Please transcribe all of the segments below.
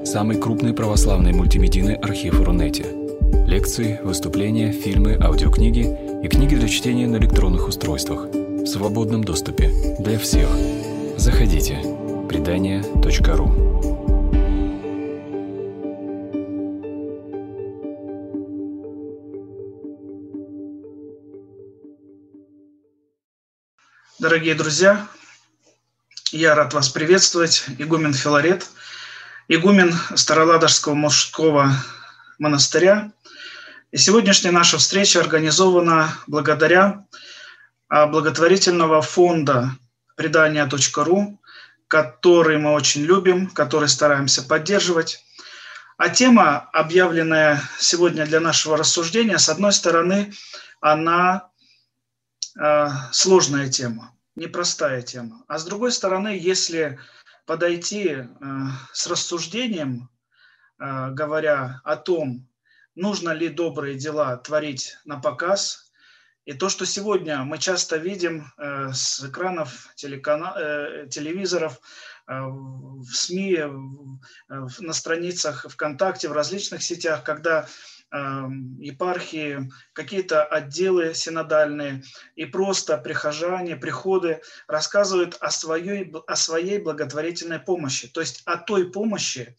самый крупный православный мультимедийный архив Рунете. Лекции, выступления, фильмы, аудиокниги и книги для чтения на электронных устройствах в свободном доступе для всех. Заходите. Предания.ру. Дорогие друзья, я рад вас приветствовать. Игумен Филарет, игумен Староладожского мужского монастыря. И сегодняшняя наша встреча организована благодаря благотворительного фонда Предания.ру, который мы очень любим, который стараемся поддерживать. А тема, объявленная сегодня для нашего рассуждения, с одной стороны, она сложная тема, непростая тема. А с другой стороны, если подойти с рассуждением, говоря о том, нужно ли добрые дела творить на показ, и то, что сегодня мы часто видим с экранов телевизоров, в СМИ, на страницах ВКонтакте, в различных сетях, когда епархии, какие-то отделы синодальные и просто прихожане, приходы рассказывают о своей благотворительной помощи, то есть о той помощи,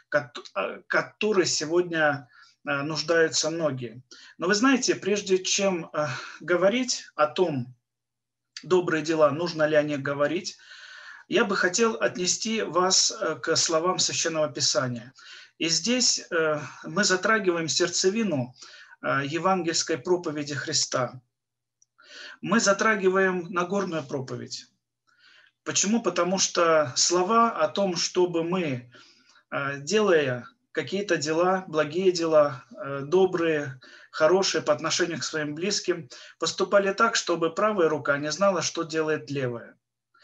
которой сегодня нуждаются многие. Но вы знаете, прежде чем говорить о том, добрые дела, нужно ли о них говорить, я бы хотел отнести вас к словам Священного Писания. И здесь мы затрагиваем сердцевину евангельской проповеди Христа. Мы затрагиваем Нагорную проповедь. Почему? Потому что слова о том, чтобы мы, делая какие-то дела, благие дела, добрые, хорошие по отношению к своим близким, поступали так, чтобы правая рука не знала, что делает левая.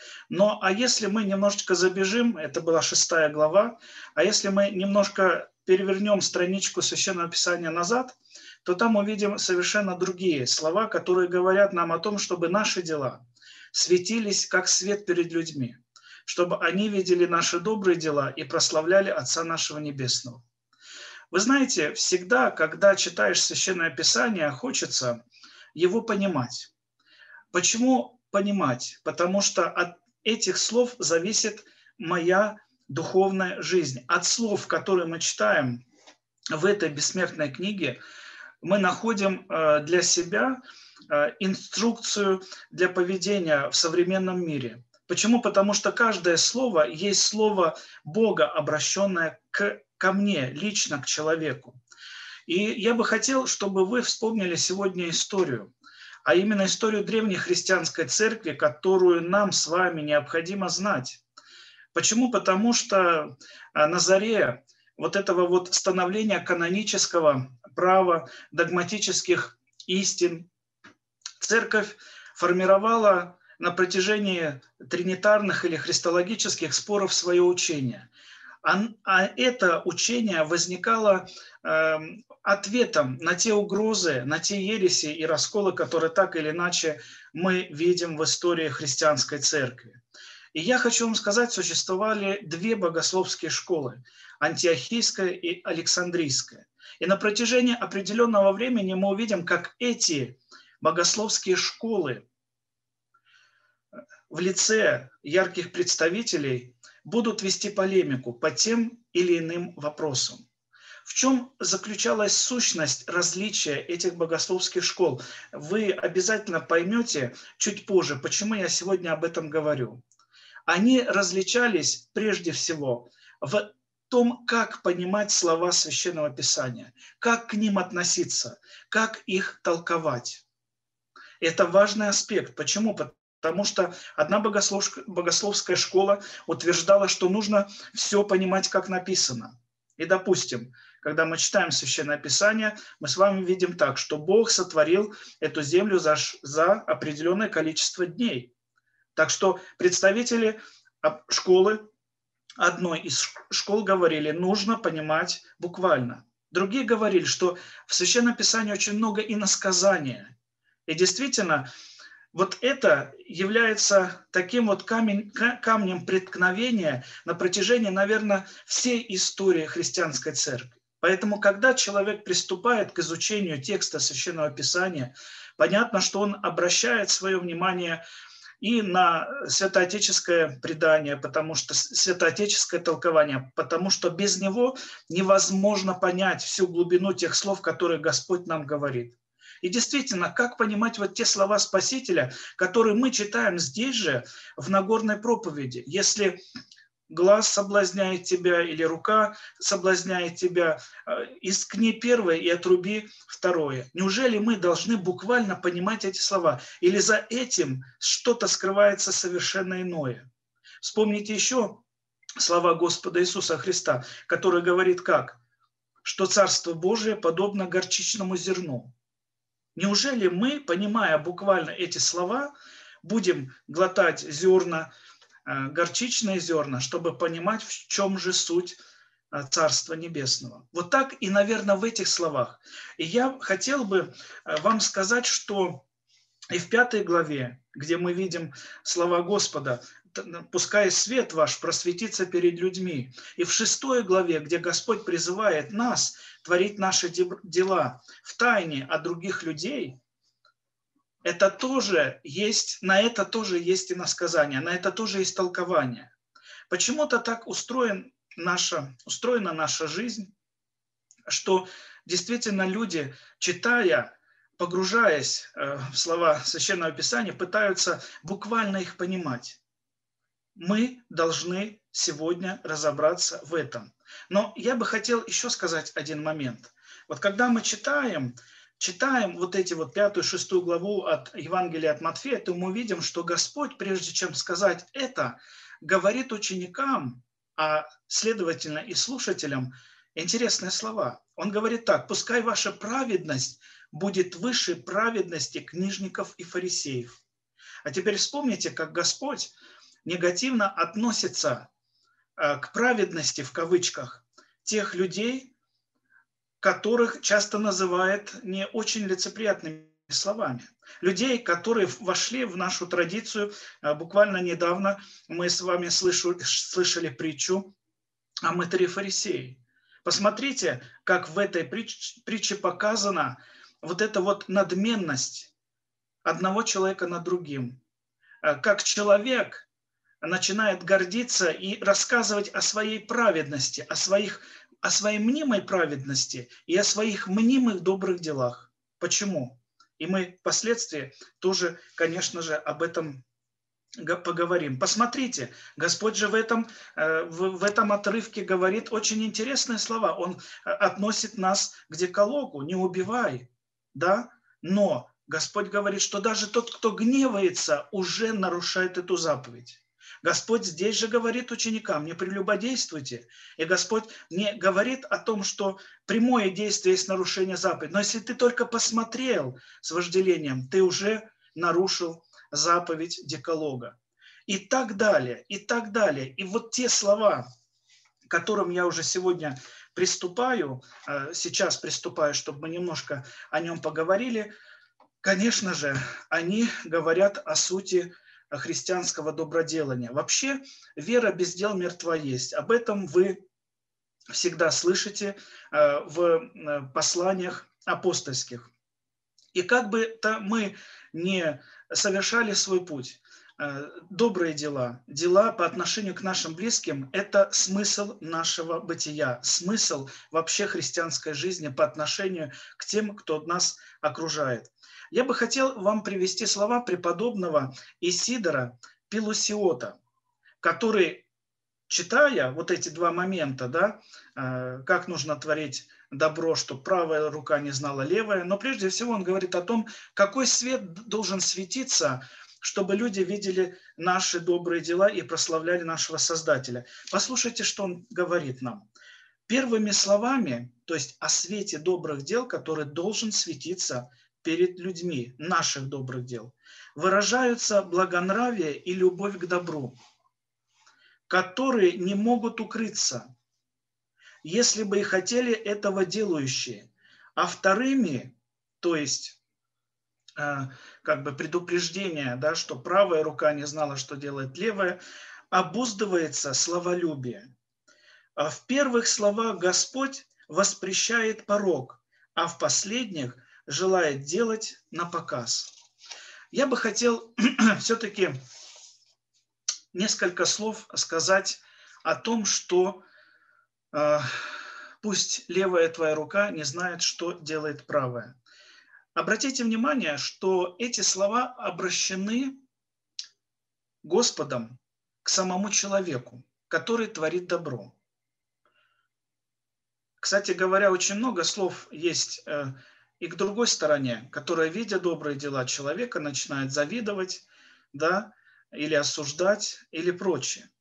А если мы немножечко забежим, это была 6 глава, а если мы немножко перевернем страничку Священного Писания назад, то там увидим совершенно другие слова, которые говорят нам о том, чтобы наши дела светились как свет перед людьми, чтобы они видели наши добрые дела и прославляли Отца нашего Небесного. Вы знаете, всегда, когда читаешь Священное Писание, хочется его понимать. Почему понимать? Потому что от этих слов зависит моя духовная жизнь. От слов, которые мы читаем в этой бессмертной книге, мы находим для себя инструкцию для поведения в современном мире. Почему? Потому что каждое слово есть слово Бога, обращенное ко мне, лично к человеку. И я бы хотел, чтобы вы вспомнили сегодня историю, а именно историю древней христианской церкви, которую нам с вами необходимо знать. Почему? Потому что на заре вот этого вот становления канонического права, догматических истин, церковь формировала на протяжении тринитарных или христологических споров свое учение. А это учение возникало ответом на те угрозы, на те ереси и расколы, которые так или иначе мы видим в истории христианской церкви. И я хочу вам сказать, существовали две богословские школы – Антиохийская и Александрийская. И на протяжении определенного времени мы увидим, как эти богословские школы в лице ярких представителей будут вести полемику по тем или иным вопросам. В чем заключалась сущность различия этих богословских школ? Вы обязательно поймете чуть позже, почему я сегодня об этом говорю. Они различались прежде всего в том, как понимать слова Священного Писания, как к ним относиться, как их толковать. Это важный аспект. Почему? Потому что одна богословская школа утверждала, что нужно все понимать, как написано. И, допустим, когда мы читаем Священное Писание, мы с вами видим так, что Бог сотворил эту землю за определенное количество дней. Так что представители школы, одной из школ говорили, нужно понимать буквально. Другие говорили, что в Священном Писании очень много иносказания. И действительно, вот это является таким вот камнем преткновения на протяжении, наверное, всей истории христианской церкви. Поэтому, когда человек приступает к изучению текста Священного Писания, понятно, что он обращает свое внимание и на святоотеческое предание, потому что святоотеческое толкование, потому что без него невозможно понять всю глубину тех слов, которые Господь нам говорит. И действительно, как понимать вот те слова Спасителя, которые мы читаем здесь же, в Нагорной проповеди, если глаз соблазняет тебя или рука соблазняет тебя, искни первое и отруби второе. Неужели мы должны буквально понимать эти слова? Или за этим что-то скрывается совершенно иное? Вспомните еще слова Господа Иисуса Христа, который говорит как? Что Царство Божие подобно горчичному зерну. Неужели мы, понимая буквально эти слова, будем глотать зерна, горчичные зерна, чтобы понимать, в чем же суть Царства Небесного? Вот так и, наверное, в этих словах. И я хотел бы вам сказать, что и в 5 главе, где мы видим слова Господа, «Пускай свет ваш просветится перед людьми», и в 6 главе, где Господь призывает нас творить наши дела в тайне от других людей, это тоже есть, на это тоже есть иносказание, на это тоже есть толкование. Почему-то так устроена наша жизнь, что действительно люди, читая, погружаясь в слова Священного Писания, пытаются буквально их понимать. Мы должны сегодня разобраться в этом. Но я бы хотел еще сказать один момент. Вот когда мы читаем вот эти вот 5-6 главу от Евангелия от Матфея, то мы видим, что Господь, прежде чем сказать это, говорит ученикам, а следовательно и слушателям, интересные слова. Он говорит так: «Пускай ваша праведность будет выше праведности книжников и фарисеев». А теперь вспомните, как Господь негативно относится к праведности, в кавычках, тех людей, которых часто называет не очень лицеприятными словами. Людей, которые вошли в нашу традицию. Буквально недавно мы с вами слышали притчу о мытаре фарисее. Посмотрите, как в этой притче показана вот эта вот надменность одного человека над другим. Как человек начинает гордиться и рассказывать о своей праведности, о своей мнимой праведности и о своих мнимых добрых делах. Почему? И мы впоследствии тоже, конечно же, об этом поговорим. Посмотрите, Господь же в этом отрывке говорит очень интересные слова. Он относит нас к декалогу: не убивай, да? Но Господь говорит, что даже тот, кто гневается, уже нарушает эту заповедь. Господь здесь же говорит ученикам: не прелюбодействуйте. И Господь не говорит о том, что прямое действие есть нарушение заповеди. Но если ты только посмотрел с вожделением, ты уже нарушил заповедь декалога. И так далее, и так далее. И вот те слова, к которым я уже сегодня сейчас приступаю, чтобы мы немножко о нем поговорили, конечно же, они говорят о сути христианского доброделания. Вообще, вера без дел мертва есть. Об этом вы всегда слышите в посланиях апостольских. И как бы мы не совершали свой путь, добрые дела по отношению к нашим близким – это смысл нашего бытия, смысл вообще христианской жизни по отношению к тем, кто нас окружает. Я бы хотел вам привести слова преподобного Исидора Пелусиота, который, читая вот эти два момента, да, как нужно творить добро, чтобы правая рука не знала левая, но прежде всего он говорит о том, какой свет должен светиться, чтобы люди видели наши добрые дела и прославляли нашего Создателя. Послушайте, что он говорит нам. Первыми словами, то есть о свете добрых дел, который должен светиться перед людьми, наших добрых дел, выражаются благонравие и любовь к добру, которые не могут укрыться, если бы и хотели этого делающие. А вторыми, то есть как бы предупреждение, да, что правая рука не знала, что делает левая, обуздывается словолюбие. В первых словах Господь воспрещает порок, а в последних желает делать напоказ. Я бы хотел все-таки несколько слов сказать о том, что пусть левая твоя рука не знает, что делает правая. Обратите внимание, что эти слова обращены Господом к самому человеку, который творит добро. Кстати говоря, очень много слов есть и к другой стороне, которая, видя добрые дела человека, начинает завидовать, да, или осуждать, или прочее.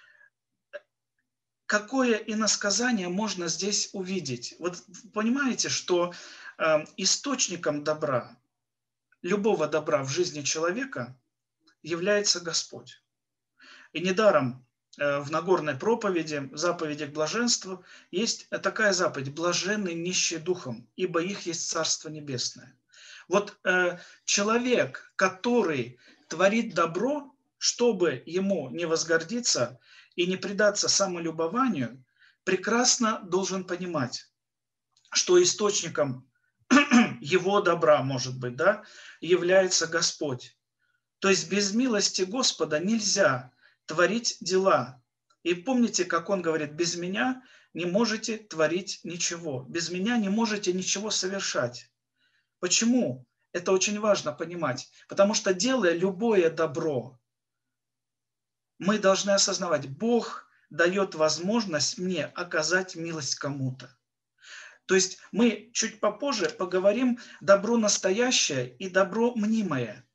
Какое иносказание можно здесь увидеть? Вот понимаете, что источником добра, любого добра в жизни человека является Господь. И недаром в Нагорной проповеди, в заповеди к блаженству, есть такая заповедь: «Блаженны нищие духом, ибо их есть Царство Небесное». Вот человек, который творит добро, чтобы ему не возгордиться и не предаться самолюбованию, прекрасно должен понимать, что источником его добра, может быть, да, является Господь. То есть без милости Господа нельзя творить дела. И помните, как он говорит: без меня не можете творить ничего, без меня не можете ничего совершать. Почему? Это очень важно понимать. Потому что, делая любое добро, мы должны осознавать: Бог дает возможность мне оказать милость кому-то. То есть мы чуть попозже поговорим добро настоящее и добро мнимое.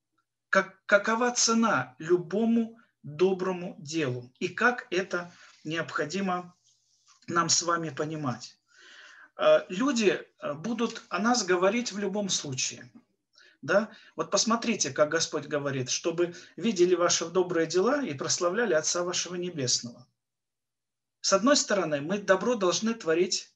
Какова цена любому доброму делу и как это необходимо нам с вами понимать. Люди будут о нас говорить в любом случае. Да? Вот посмотрите, как Господь говорит: чтобы видели ваши добрые дела и прославляли Отца вашего Небесного. С одной стороны, мы добро должны творить,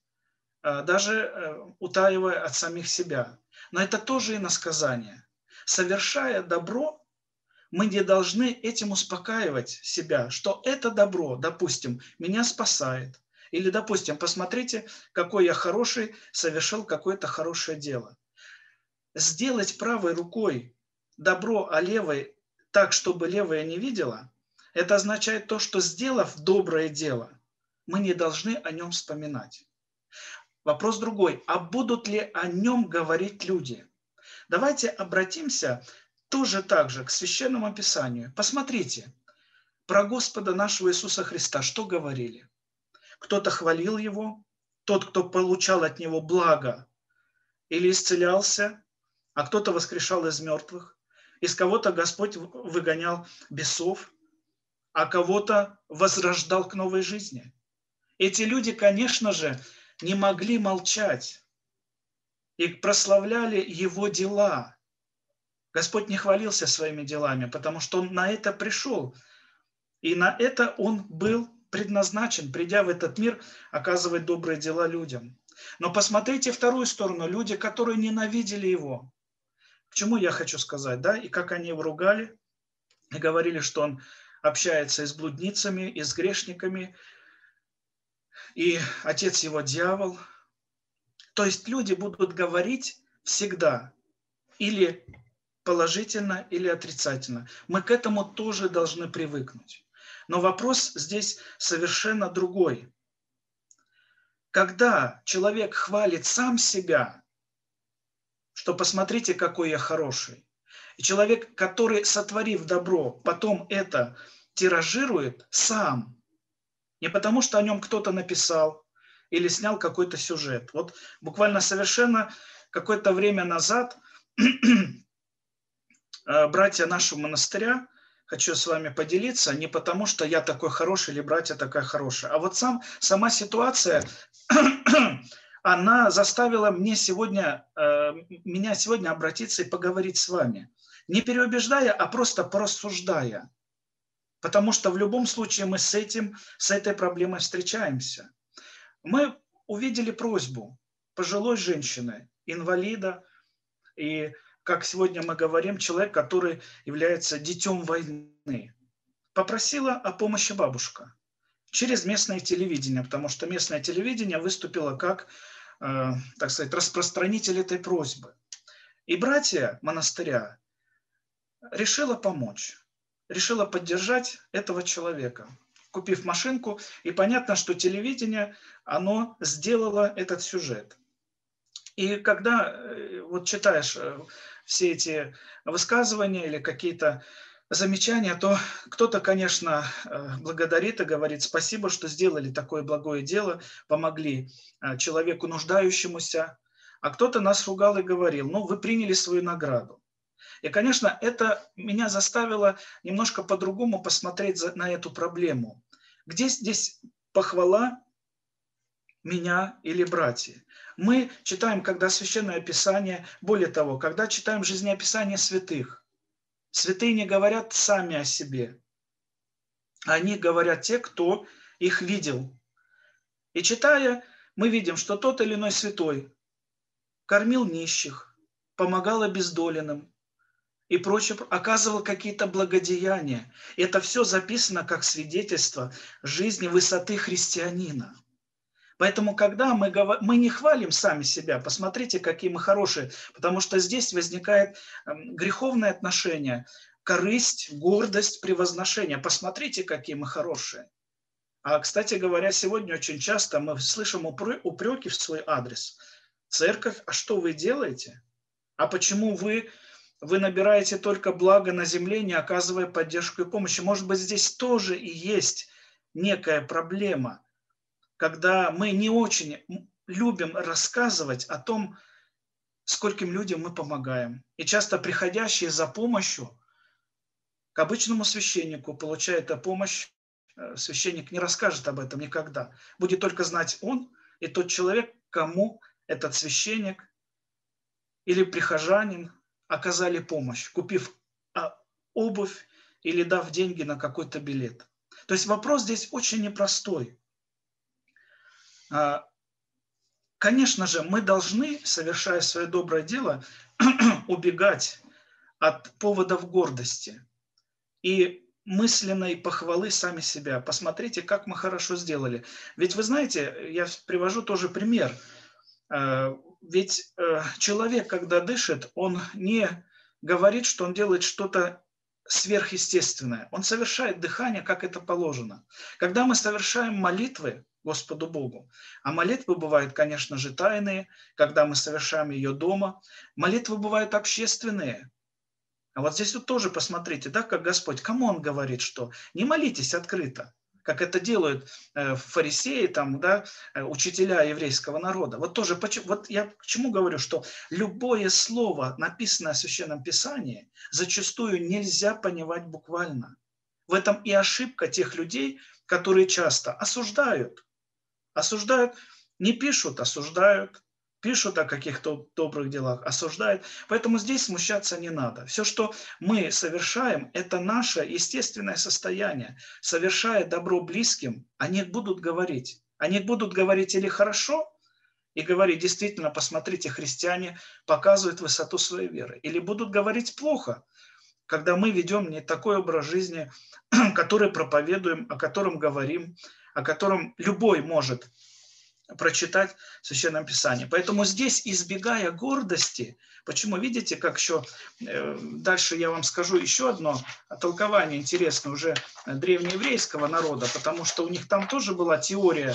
даже утаивая от самих себя. Но это тоже иносказание. Совершая добро, мы не должны этим успокаивать себя, что это добро, допустим, меня спасает. Или, допустим, посмотрите, какой я хороший, совершил какое-то хорошее дело. Сделать правой рукой добро, а левой так, чтобы левая не видела, это означает то, что, сделав доброе дело, мы не должны о нем вспоминать. Вопрос другой: а будут ли о нем говорить люди? Давайте обратимся тоже так же к Священному Писанию. Посмотрите, про Господа нашего Иисуса Христа что говорили? Кто-то хвалил Его, тот, кто получал от Него благо или исцелялся, а кто-то воскрешал из мертвых. Из кого-то Господь выгонял бесов, а кого-то возрождал к новой жизни. Эти люди, конечно же, не могли молчать и прославляли Его дела. Господь не хвалился своими делами, потому что Он на это пришел. И на это Он был предназначен, придя в этот мир, оказывать добрые дела людям. Но посмотрите вторую сторону: люди, которые ненавидели Его. К чему я хочу сказать, да? И как они его ругали, и говорили, что Он общается и с блудницами, и с грешниками, и отец его дьявол. То есть люди будут говорить всегда или положительно, или отрицательно. Мы к этому тоже должны привыкнуть. Но вопрос здесь совершенно другой. Когда человек хвалит сам себя, что посмотрите, какой я хороший, и человек, который, сотворив добро, потом это тиражирует сам, не потому что о нем кто-то написал или снял какой-то сюжет. Вот буквально совершенно какое-то время назад братья нашего монастыря, хочу с вами поделиться, не потому что я такой хороший или братья такая хорошая, а вот сама ситуация, она заставила меня сегодня обратиться и поговорить с вами. Не переубеждая, а просто порассуждая. Потому что в любом случае мы с этой проблемой встречаемся. Мы увидели просьбу пожилой женщины, инвалида, и как сегодня мы говорим, человек, который является детем войны. Попросила о помощи бабушка через местное телевидение, потому что местное телевидение выступило как, так сказать, распространитель этой просьбы. И братья монастыря решила помочь, решила поддержать этого человека, купив машинку. И понятно, что телевидение, оно сделало этот сюжет. И когда вот читаешь все эти высказывания или какие-то замечания, то кто-то, конечно, благодарит и говорит: спасибо, что сделали такое благое дело, помогли человеку нуждающемуся. А кто-то нас ругал и говорил: ну, вы приняли свою награду. И, конечно, это меня заставило немножко по-другому посмотреть на эту проблему. Где здесь похвала меня или братья? Мы читаем, когда Священное Писание, более того, когда читаем жизнеописание святых, святые не говорят сами о себе. Они говорят те, кто их видел. И читая, мы видим, что тот или иной святой кормил нищих, помогал обездоленным и прочее, оказывал какие-то благодеяния. И это все записано как свидетельство жизни высоты христианина. Поэтому, когда мы не хвалим сами себя, посмотрите, какие мы хорошие, потому что здесь возникает греховное отношение, корысть, гордость, превозношение. Посмотрите, какие мы хорошие. А, кстати говоря, сегодня очень часто мы слышим упреки в свой адрес. Церковь, а что вы делаете? А почему вы набираете только благо на земле, не оказывая поддержку и помощь? Может быть, здесь тоже и есть некая проблема, когда мы не очень любим рассказывать о том, скольким людям мы помогаем. И часто приходящие за помощью к обычному священнику, получая эту помощь, священник не расскажет об этом никогда. Будет только знать он и тот человек, кому этот священник или прихожанин оказали помощь, купив обувь или дав деньги на какой-то билет. То есть вопрос здесь очень непростой. Конечно же, мы должны, совершая свое доброе дело, убегать от поводов гордости и мысленной похвалы сами себя. Посмотрите, как мы хорошо сделали. Ведь вы знаете, я привожу тоже пример. Ведь человек, когда дышит, он не говорит, что он делает что-то сверхъестественное. Он совершает дыхание, как это положено. Когда мы совершаем молитвы Господу Богу, а молитвы бывают, конечно же, тайные, когда мы совершаем ее дома, молитвы бывают общественные. А вот здесь вот тоже посмотрите, да, как Господь, кому Он говорит, что не молитесь открыто, как это делают фарисеи, там, да, учителя еврейского народа. Вот тоже, вот я к чему говорю, что любое слово, написанное в Священном Писании, зачастую нельзя понимать буквально. В этом и ошибка тех людей, которые часто осуждают, не пишут, осуждают, пишут о каких-то добрых делах, осуждают. Поэтому здесь смущаться не надо. Все, что мы совершаем, это наше естественное состояние. Совершая добро близким, они будут говорить. Они будут говорить или хорошо, и говорить, действительно, посмотрите, христиане показывают высоту своей веры. Или будут говорить плохо, когда мы ведем не такой образ жизни, который проповедуем, о котором говорим, о котором любой может прочитать в Священном Писании. Поэтому здесь, избегая гордости, почему, видите, как еще, дальше я вам скажу еще одно толкование интересное уже древнееврейского народа, потому что у них там тоже была теория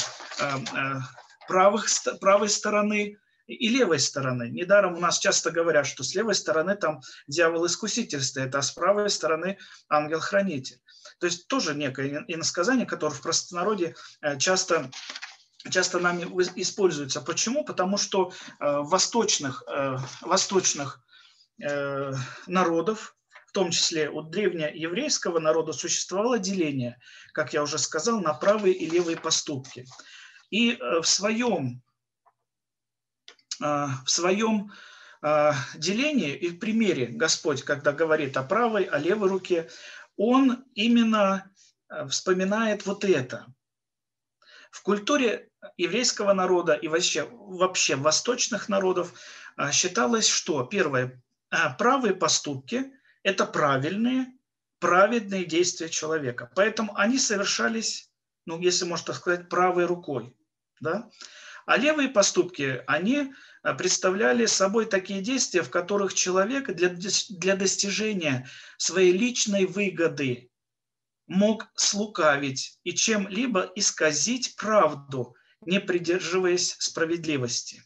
правой стороны и левой стороны. Недаром у нас часто говорят, что с левой стороны там дьявол-искуситель стоит, а с правой стороны ангел-хранитель. То есть тоже некое иносказание, которое в простонародье часто нами используется. Почему? Потому что восточных народов, в том числе у древнееврейского народа, существовало деление, как я уже сказал, на правые и левые поступки. И в своем делении и в примере Господь, когда говорит о правой, о левой руке, Он именно вспоминает вот это. В культуре еврейского народа и вообще восточных народов считалось, что первое, правые поступки – это правильные, праведные действия человека. Поэтому они совершались, ну, если можно так сказать, правой рукой. Да? А левые поступки, они представляли собой такие действия, в которых человек для достижения своей личной выгоды мог слукавить и чем-либо исказить правду, не придерживаясь справедливости.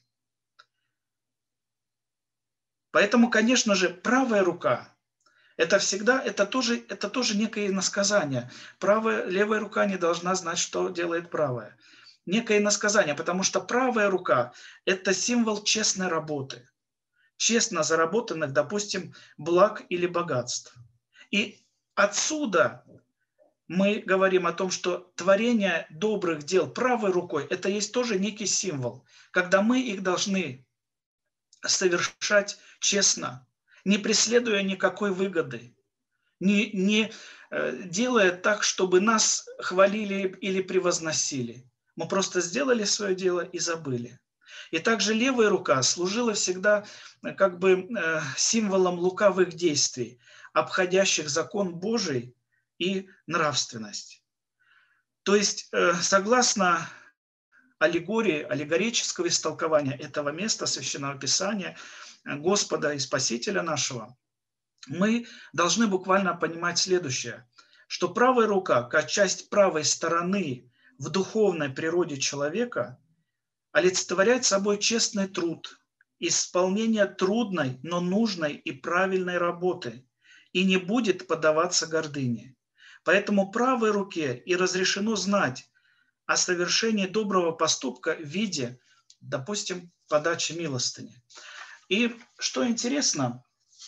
Поэтому, конечно же, правая рука – это всегда, это тоже некое иносказание. Левая рука не должна знать, что делает правая. Некое иносказание, потому что правая рука – это символ честной работы, честно заработанных, допустим, благ или богатств. И отсюда мы говорим о том, что творение добрых дел правой рукой – это есть тоже некий символ, когда мы их должны совершать честно, не преследуя никакой выгоды, не делая так, чтобы нас хвалили или превозносили. Мы просто сделали свое дело и забыли. И также левая рука служила всегда как бы символом лукавых действий, обходящих закон Божий и нравственность. То есть, согласно аллегорического истолкования этого места Священного Писания, Господа и Спасителя нашего, мы должны буквально понимать следующее, что правая рука, как часть правой стороны в духовной природе человека, олицетворяет собой честный труд, исполнение трудной, но нужной и правильной работы, и не будет поддаваться гордыне. Поэтому правой руке и разрешено знать о совершении доброго поступка в виде, допустим, подачи милостыни. И что интересно,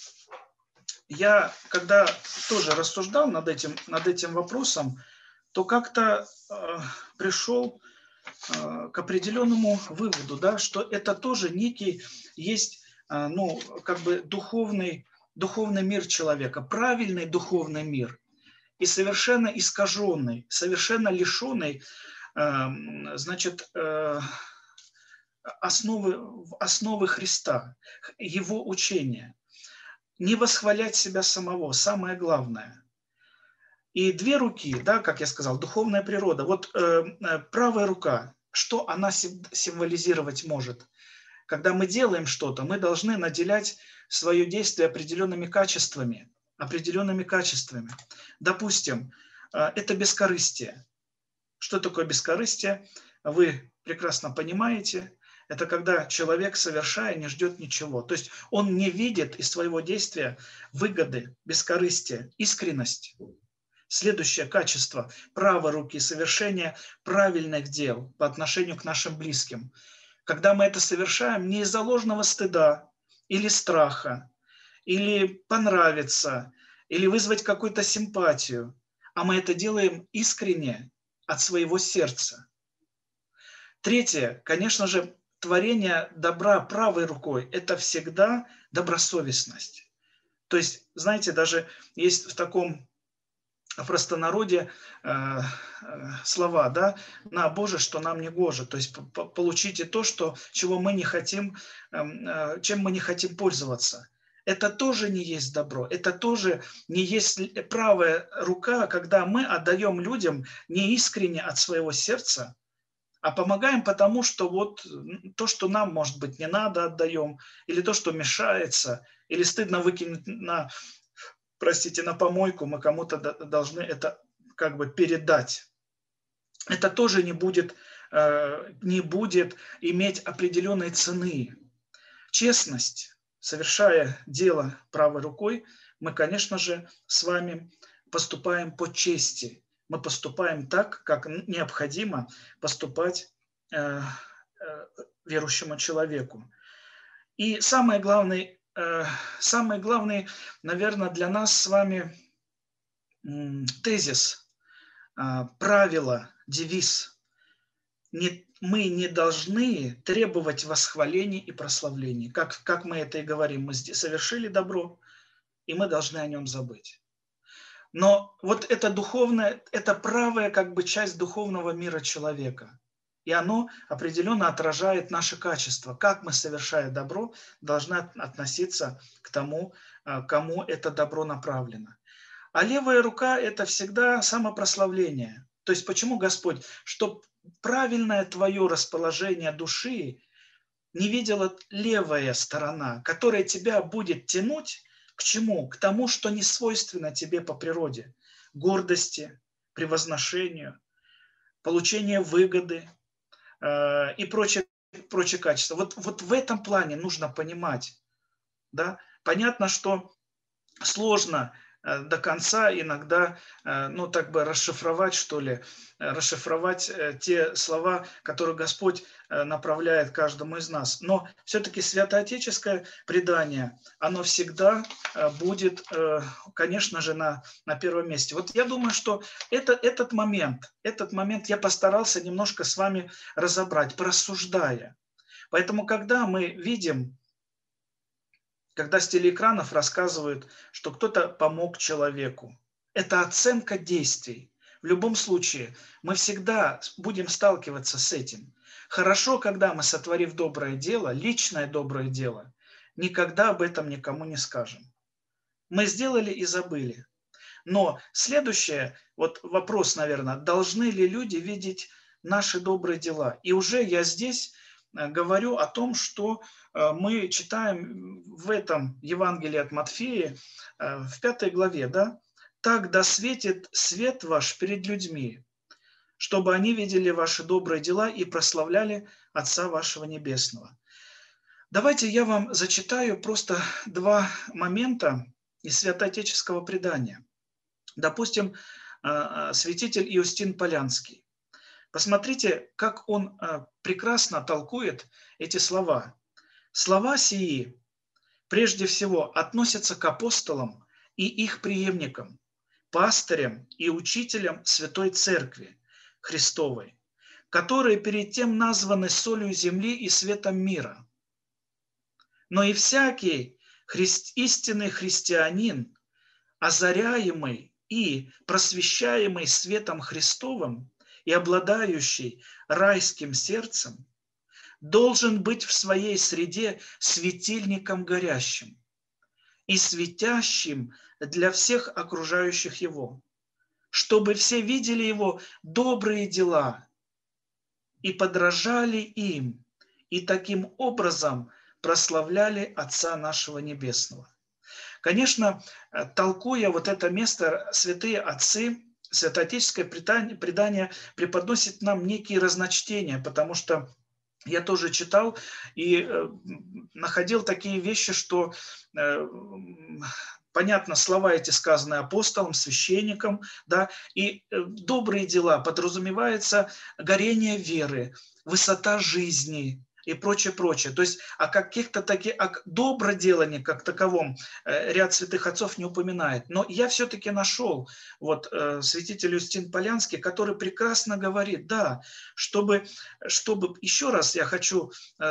я когда тоже рассуждал над этим вопросом, то как-то пришел к определенному выводу, да, что это тоже некий есть, ну, как бы духовный мир человека, правильный духовный мир и совершенно искаженный, совершенно лишенный, значит, основы Христа, Его учения. Не восхвалять себя самого, самое главное. И две руки, да, как я сказал, духовная природа. Вот правая рука, что она символизировать может? Когда мы делаем что-то, мы должны наделять свое действие определенными качествами. Допустим, это бескорыстие. Что такое бескорыстие? Вы прекрасно понимаете. Это когда человек, совершая, не ждет ничего. То есть он не видит из своего действия выгоды, бескорыстия, искренность. Следующее качество правой руки – совершение правильных дел по отношению к нашим близким. Когда мы это совершаем не из-за ложного стыда или страха, или понравиться, или вызвать какую-то симпатию, а мы это делаем искренне от своего сердца. Третье, конечно же, творение добра правой рукой – это всегда добросовестность. То есть, знаете, даже есть в таком простонародье слова, да, на Боже, что нам не гоже. То есть получите то, чего мы не хотим, чем мы не хотим пользоваться. Это тоже не есть добро, это тоже не есть правая рука, когда мы отдаем людям не искренне от своего сердца, а помогаем потому, что вот то, что нам, может быть, не надо, отдаем, или то, что мешается, или стыдно выкинуть на помойку, мы кому-то должны это как бы передать. Это тоже не будет иметь определенной цены. Честность. Совершая дело правой рукой, мы, конечно же, с вами поступаем по чести. Мы поступаем так, как необходимо поступать верующему человеку. И самое главное, наверное, для нас с вами тезис, правило, девиз. Мы не должны требовать восхвалений и прославлений. Как мы это и говорим, мы совершили добро, и мы должны о нем забыть. Но вот это духовное, это правая как бы часть духовного мира человека. И оно определенно отражает наши качества. Как мы, совершая добро, должны относиться к тому, кому это добро направлено. А левая рука – это всегда самопрославление. То есть почему Господь? Чтобы правильное твое расположение души не видела левая сторона, которая тебя будет тянуть к чему? К тому, что не свойственно тебе по природе. Гордости, превозношению, получению выгоды и прочие качества. Вот в этом плане нужно понимать. Да? Понятно, что сложно до конца иногда, расшифровать, те слова, которые Господь направляет каждому из нас. Но все-таки святоотеческое предание, оно всегда будет, конечно же, на первом месте. Вот я думаю, что этот момент я постарался немножко с вами разобрать, порассуждая. Поэтому, когда мы видим, когда с телеэкранов рассказывают, что кто-то помог человеку, это оценка действий. В любом случае, мы всегда будем сталкиваться с этим. Хорошо, когда мы, сотворив доброе дело, личное доброе дело, никогда об этом никому не скажем. Мы сделали и забыли. Но следующее, вот вопрос, наверное, должны ли люди видеть наши добрые дела? И уже я здесь говорю о том, что мы читаем в этом Евангелии от Матфея, в 5 главе, да? «Так да светит свет ваш перед людьми, чтобы они видели ваши добрые дела и прославляли Отца вашего Небесного». Давайте я вам зачитаю просто два момента из святоотеческого предания. Допустим, святитель Иустин Полянский. Посмотрите, как он прекрасно толкует эти слова. Слова сии прежде всего относятся к апостолам и их преемникам, пастырям и учителям Святой Церкви Христовой, которые перед тем названы солью земли и светом мира. Но и всякий истинный христианин, озаряемый и просвещаемый светом Христовым и обладающий райским сердцем, должен быть в своей среде светильником горящим и светящим для всех окружающих его, чтобы все видели его добрые дела и подражали им, и таким образом прославляли Отца нашего Небесного. Конечно, толкуя вот это место, святые отцы, святоотеческое предание преподносит нам некие разночтения, потому что я тоже читал и находил такие вещи, что, понятно, слова эти сказаны апостолам, священникам, да, и добрые дела подразумевается горение веры, высота жизни и прочее, прочее. То есть о каких-то таких, о доброделании как таковом ряд святых отцов не упоминает. Но я все-таки нашел святитель Иустин Полянский, который прекрасно говорит, да, чтобы еще раз я хочу,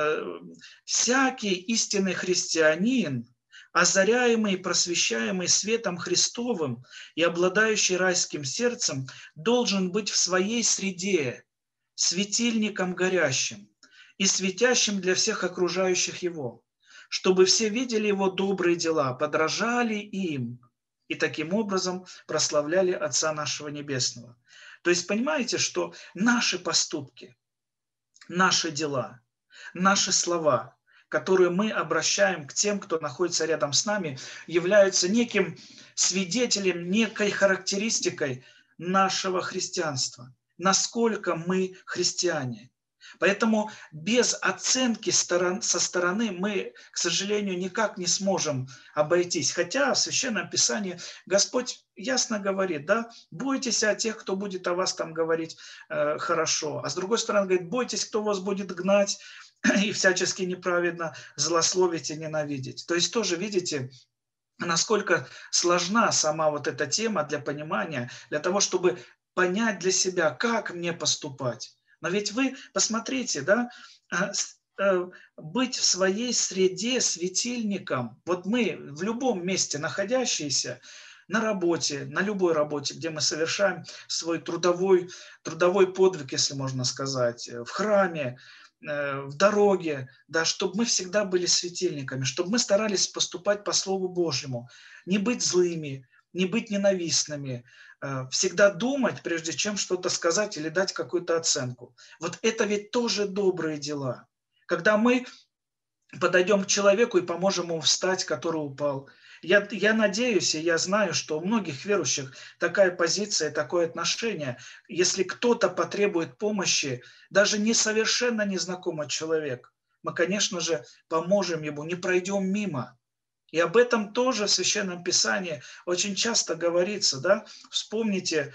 всякий истинный христианин, озаряемый и просвещаемый светом Христовым и обладающий райским сердцем, должен быть в своей среде светильником горящим и светящим для всех окружающих его, чтобы все видели его добрые дела, подражали им и таким образом прославляли Отца нашего Небесного. То есть понимаете, что наши поступки, наши дела, наши слова, которые мы обращаем к тем, кто находится рядом с нами, являются неким свидетелем, некой характеристикой нашего христианства, насколько мы христиане. Поэтому без оценки со стороны мы, к сожалению, никак не сможем обойтись. Хотя в Священном Писании Господь ясно говорит, да, бойтесь о тех, кто будет о вас там говорить хорошо. А с другой стороны, говорит, бойтесь, кто вас будет гнать и всячески неправедно злословить и ненавидеть. То есть тоже, видите, насколько сложна сама вот эта тема для понимания, для того, чтобы понять для себя, как мне поступать. Но ведь вы посмотрите, да, быть в своей среде светильником, вот мы в любом месте находящиеся, на работе, на любой работе, где мы совершаем свой трудовой подвиг, если можно сказать, в храме, в дороге, да, чтобы мы всегда были светильниками, чтобы мы старались поступать по Слову Божьему, не быть злыми, не быть ненавистными, всегда думать, прежде чем что-то сказать или дать какую-то оценку. Вот это ведь тоже добрые дела. Когда мы подойдем к человеку и поможем ему встать, который упал. Я надеюсь, и я знаю, что у многих верующих такая позиция, такое отношение. Если кто-то потребует помощи, даже не совершенно незнакомый человек, мы, конечно же, поможем ему, не пройдем мимо. И об этом тоже в Священном Писании очень часто говорится, да? Вспомните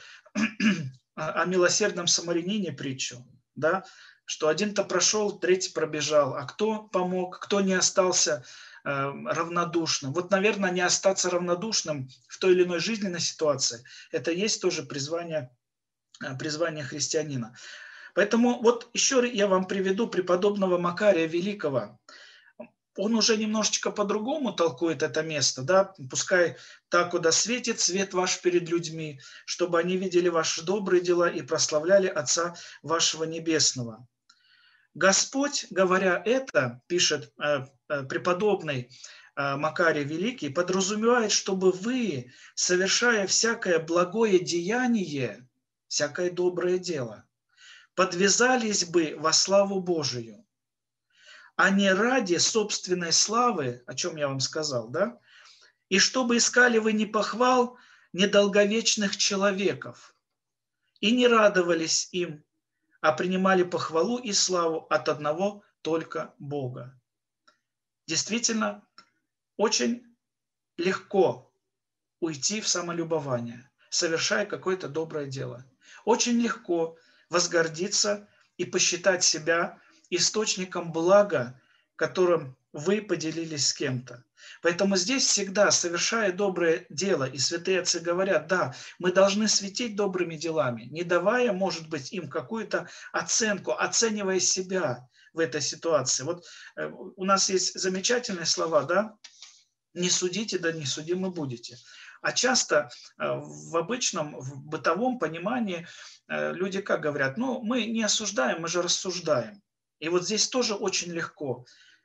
о милосердном самарянине притчу, да? Что один-то прошел, третий пробежал, а кто помог, кто не остался равнодушным. Вот, наверное, не остаться равнодушным в той или иной жизненной ситуации, это есть тоже призвание христианина. Поэтому вот еще я вам приведу преподобного Макария Великого. Он уже немножечко по-другому толкует это место, да, пускай так, куда светит свет ваш перед людьми, чтобы они видели ваши добрые дела и прославляли Отца вашего Небесного. Господь, говоря это, пишет преподобный Макарий Великий, подразумевает, чтобы вы, совершая всякое благое деяние, всякое доброе дело, подвязались бы во славу Божию, а не ради собственной славы, о чем я вам сказал, да? И чтобы искали вы не похвал недолговечных человеков, и не радовались им, а принимали похвалу и славу от одного только Бога. Действительно, очень легко уйти в самолюбование, совершая какое-то доброе дело. Очень легко возгордиться и посчитать себя источником блага, которым вы поделились с кем-то. Поэтому здесь всегда, совершая доброе дело, и святые отцы говорят, да, мы должны светить добрыми делами, не давая, может быть, им какую-то оценку, оценивая себя в этой ситуации. Вот у нас есть замечательные слова, да, не судите, да не судимы будете. А часто в обычном, в бытовом понимании люди как говорят, ну, мы не осуждаем, мы же рассуждаем. И вот здесь тоже очень легко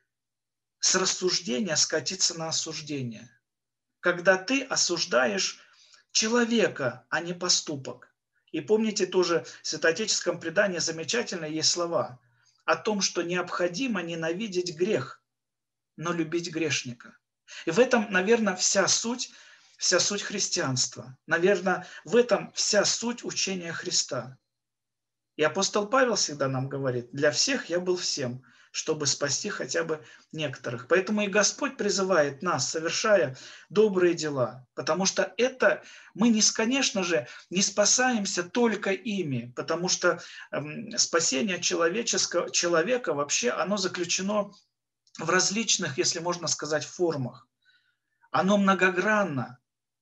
с рассуждения скатиться на осуждение. Когда ты осуждаешь человека, а не поступок. И помните тоже в святоотеческом предании замечательно есть слова о том, что необходимо ненавидеть грех, но любить грешника. И в этом, наверное, вся суть христианства. Наверное, в этом вся суть учения Христа. И апостол Павел всегда нам говорит, для всех я был всем, чтобы спасти хотя бы некоторых. Поэтому и Господь призывает нас, совершая добрые дела, потому что это мы, конечно же, не спасаемся только ими, потому что спасение человека вообще, оно заключено в различных, если можно сказать, формах. Оно многогранно.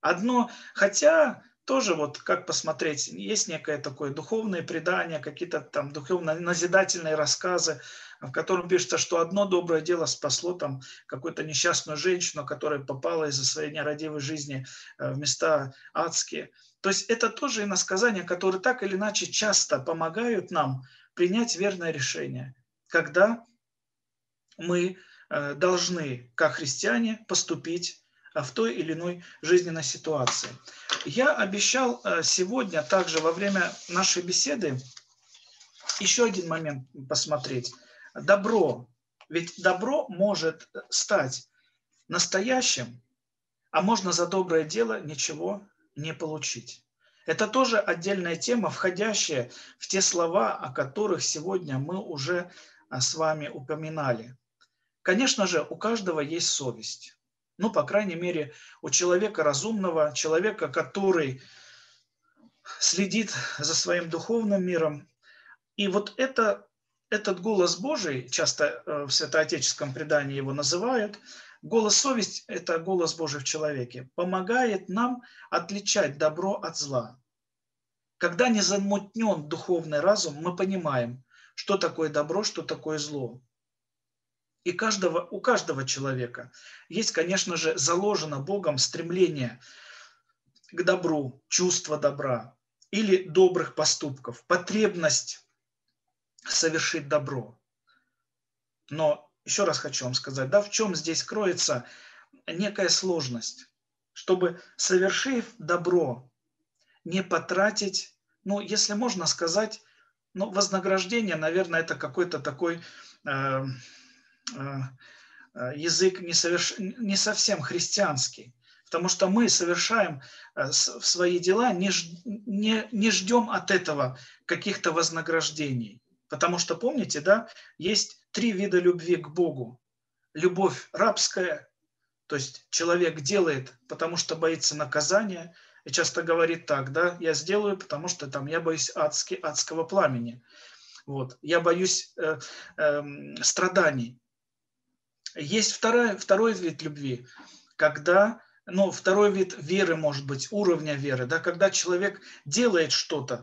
Хотя тоже вот как посмотреть, есть некое такое духовное предание, какие-то там духовно-назидательные рассказы, в котором пишется, что одно доброе дело спасло там какую-то несчастную женщину, которая попала из-за своей нерадивой жизни в места адские. То есть это тоже иносказания, которые так или иначе часто помогают нам принять верное решение, когда мы должны, как христиане, поступить в той или иной жизненной ситуации. Я обещал сегодня также во время нашей беседы еще один момент посмотреть. Добро. Ведь добро может стать настоящим, а можно за доброе дело ничего не получить. Это тоже отдельная тема, входящая в те слова, о которых сегодня мы уже с вами упоминали. Конечно же, у каждого есть совесть. Ну, по крайней мере, у человека разумного, человека, который следит за своим духовным миром. И вот этот голос Божий, часто в святоотеческом предании его называют, голос совесть – это голос Божий в человеке, помогает нам отличать добро от зла. Когда не замутнен духовный разум, мы понимаем, что такое добро, что такое зло. И у каждого человека есть, конечно же, заложено Богом стремление к добру, чувство добра или добрых поступков, потребность совершить добро. Но еще раз хочу вам сказать, да, в чем здесь кроется некая сложность, чтобы, совершив добро, не потратить, ну, если можно сказать, ну, вознаграждение, наверное, это какой-то такой э, э, язык не совсем христианский, потому что мы совершаем в свои дела, не ждем от этого каких-то вознаграждений. Потому что, помните, да, есть 3 вида любви к Богу. Любовь рабская, то есть человек делает, потому что боится наказания, и часто говорит так, да, я сделаю, потому что там я боюсь адского пламени. Вот, я боюсь страданий. Есть второй вид любви, когда, ну, второй вид веры, может быть, уровня веры, да, когда человек делает что-то,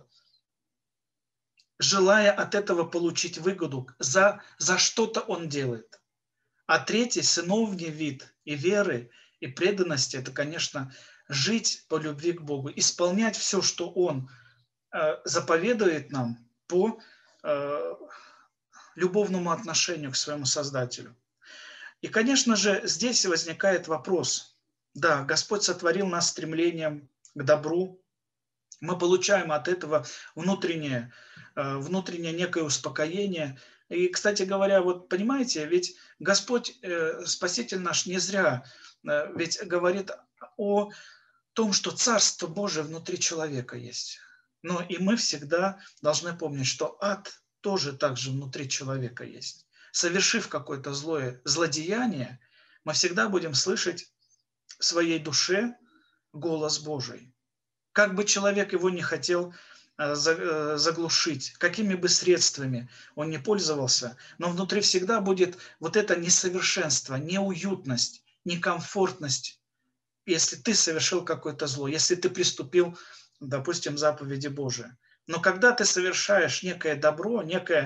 желая от этого получить выгоду, за что-то он делает. А третий, сыновний вид и веры, и преданности, это, конечно, жить по любви к Богу, исполнять все, что Он заповедует нам по любовному отношению к своему Создателю. И, конечно же, здесь возникает вопрос. Да, Господь сотворил нас стремлением к добру. Мы получаем от этого внутреннее некое успокоение. И, кстати говоря, вот понимаете, ведь Господь, Спаситель наш, не зря ведь говорит о том, что Царство Божие внутри человека есть. Но и мы всегда должны помнить, что ад тоже также внутри человека есть. Совершив какое-то злодеяние, мы всегда будем слышать в своей душе голос Божий. Как бы человек его не хотел заглушить, какими бы средствами он не пользовался, но внутри всегда будет вот это несовершенство, неуютность, некомфортность, если ты совершил какое-то зло, если ты приступил, допустим, заповеди Божии. Но когда ты совершаешь некое добро,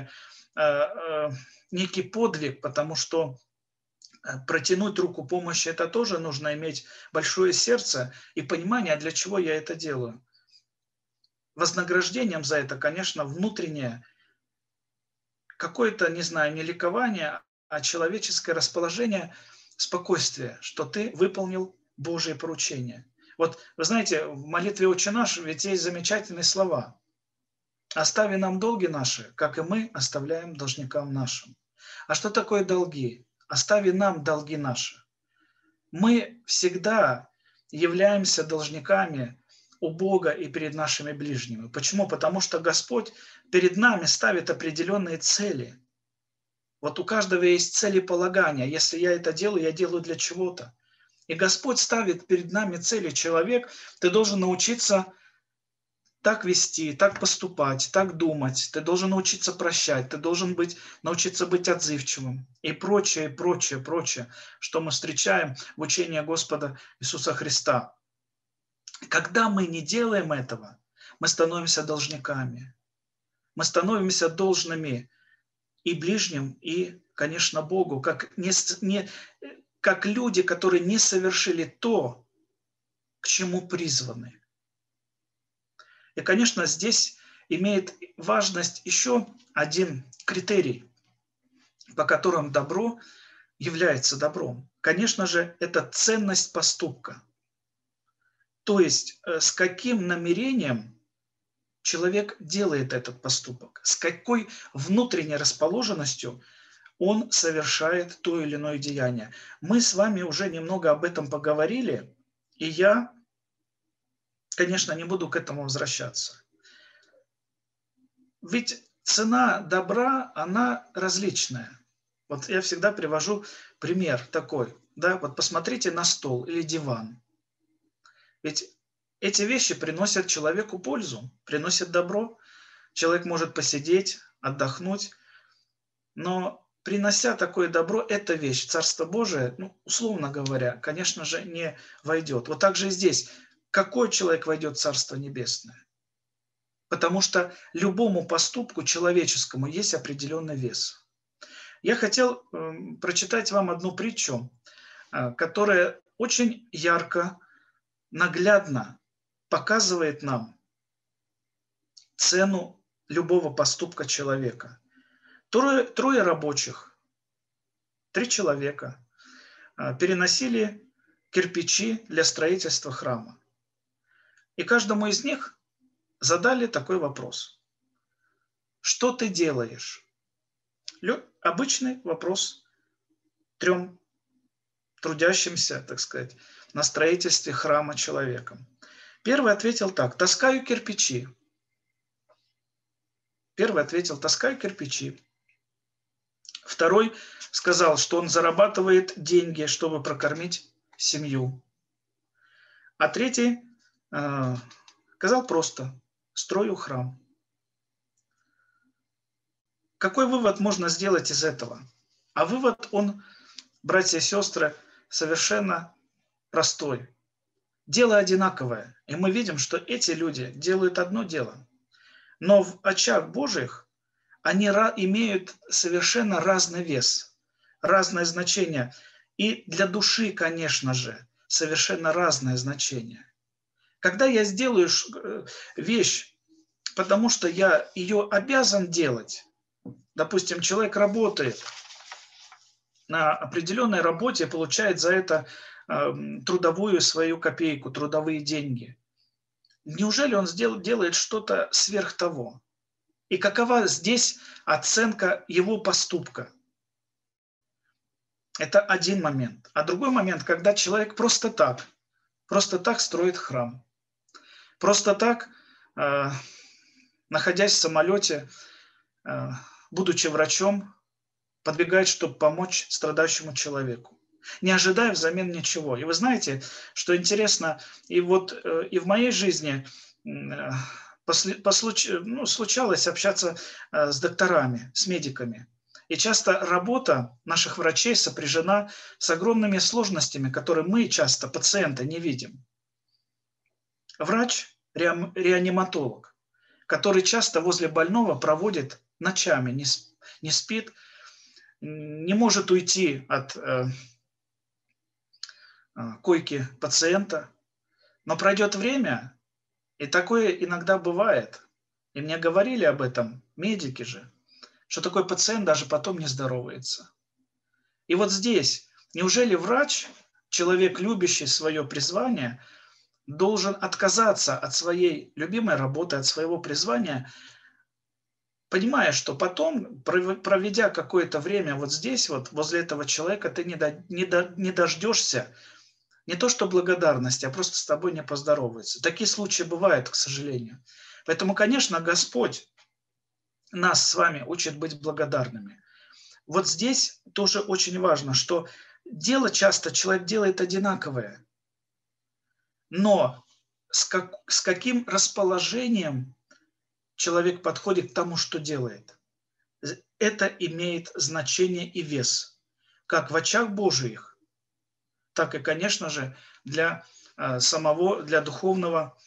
некий подвиг, потому что протянуть руку помощи, это тоже нужно иметь большое сердце и понимание, для чего я это делаю. Вознаграждением за это, конечно, внутреннее какое-то, не знаю, не ликование, а человеческое расположение, спокойствие, что ты выполнил Божие поручение. Вот, вы знаете, в молитве «Отче наш» ведь есть замечательные слова. «Остави нам долги наши, как и мы оставляем должникам нашим». А что такое долги? «Остави нам долги наши». Мы всегда являемся должниками у Бога и перед нашими ближними. Почему? Потому что Господь перед нами ставит определенные цели. Вот у каждого есть целеполагание. Если я это делаю, я делаю для чего-то. И Господь ставит перед нами цели. Человек, ты должен научиться так вести, так поступать, так думать. Ты должен научиться прощать, ты должен научиться быть отзывчивым. И прочее, прочее, прочее, что мы встречаем в учении Господа Иисуса Христа. Когда мы не делаем этого, мы становимся должниками. Мы становимся должными и ближним, и, конечно, Богу, как люди, которые не совершили то, к чему призваны. И, конечно, здесь имеет важность еще один критерий, по которому добро является добром. Конечно же, это ценность поступка. То есть, с каким намерением человек делает этот поступок, с какой внутренней расположенностью он совершает то или иное деяние. Мы с вами уже немного об этом поговорили, и я, конечно, не буду к этому возвращаться. Ведь цена добра, она различная. Вот я всегда привожу пример такой. Да, вот посмотрите на стол или диван. Ведь эти вещи приносят человеку пользу, приносят добро. Человек может посидеть, отдохнуть, но принося такое добро, эта вещь, Царство Божие, ну, условно говоря, конечно же, не войдет. Вот так же и здесь. Какой человек войдет в Царство Небесное? Потому что любому поступку человеческому есть определенный вес. Я хотел прочитать вам одну притчу, которая очень ярко, наглядно показывает нам цену любого поступка человека. Трое рабочих, 3 человека переносили кирпичи для строительства храма. И каждому из них задали такой вопрос. Что ты делаешь? Обычный вопрос 3 трудящимся, так сказать, на строительстве храма человеком. Первый ответил так: таскаю кирпичи. Первый ответил: таскаю кирпичи. Второй сказал, что он зарабатывает деньги, чтобы прокормить семью. А третий сказал просто: строю храм. Какой вывод можно сделать из этого? А вывод, он, братья и сестры, совершенно простой. Дело одинаковое. И мы видим, что эти люди делают одно дело. Но в очах Божьих они имеют совершенно разный вес, разное значение. И для души, конечно же, совершенно разное значение. Когда я сделаю вещь, потому что я ее обязан делать, допустим, человек работает на определенной работе, получает за это трудовую свою копейку, трудовые деньги. Неужели он делает что-то сверх того? И какова здесь оценка его поступка? Это один момент. А другой момент, когда человек просто так строит храм. Просто так, находясь в самолете, будучи врачом, подбегает, чтобы помочь страдающему человеку, не ожидая взамен ничего. И вы знаете, что интересно, и в моей жизни случалось общаться с докторами, с медиками. И часто работа наших врачей сопряжена с огромными сложностями, которые мы часто, пациенты, не видим. Врач, реаниматолог, который часто возле больного проводит ночами, не спит, не может уйти от койки пациента, но пройдет время, и такое иногда бывает, и мне говорили об этом медики же, что такой пациент даже потом не здоровается. И вот здесь, неужели врач, человек, любящий свое призвание, должен отказаться от своей любимой работы, от своего призвания, понимая, что потом, проведя какое-то время вот здесь, вот возле этого человека, ты не дождешься не то что благодарности, а просто с тобой не поздоровается. Такие случаи бывают, к сожалению. Поэтому, конечно, Господь нас с вами учит быть благодарными. Вот здесь тоже очень важно, что дело часто человек делает одинаковое, но с каким расположением человек подходит к тому, что делает, это имеет значение и вес, как в очах Божиих, так и, конечно же, для духовного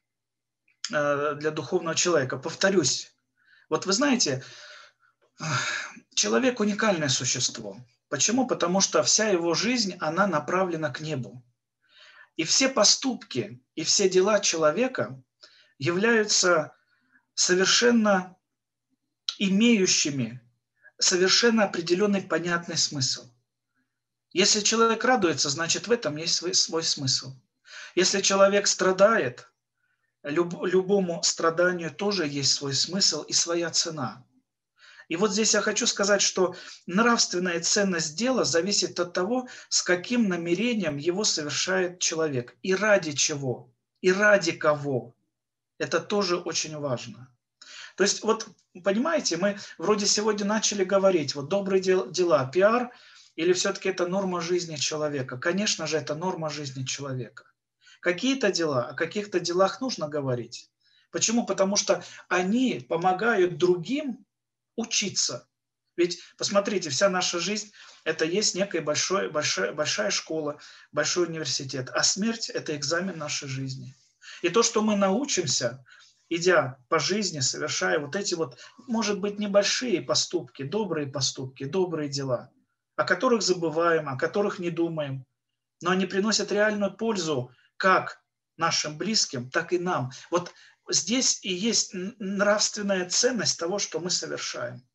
человека. Повторюсь, вот вы знаете, человек уникальное существо. Почему? Потому что вся его жизнь, она направлена к небу. И все поступки, и все дела человека являются совершенно имеющими совершенно определенный понятный смысл. Если человек радуется, значит, в этом есть свой смысл. Если человек страдает, любому страданию тоже есть свой смысл и своя цена. И вот здесь я хочу сказать, что нравственная ценность дела зависит от того, с каким намерением его совершает человек. И ради чего, и ради кого. Это тоже очень важно. То есть, вот, понимаете, мы вроде сегодня начали говорить, вот добрые дела, пиар, или все-таки это норма жизни человека? Конечно же, это норма жизни человека. Какие-то дела, о каких-то делах нужно говорить. Почему? Потому что они помогают другим учиться. Ведь, посмотрите, вся наша жизнь – это есть некая большая школа, большой университет. А смерть – это экзамен нашей жизни. И то, что мы научимся, идя по жизни, совершая вот эти вот, может быть, небольшие поступки, добрые дела, о которых забываем, о которых не думаем, но они приносят реальную пользу как нашим близким, так и нам. Вот здесь и есть нравственная ценность того, что мы совершаем.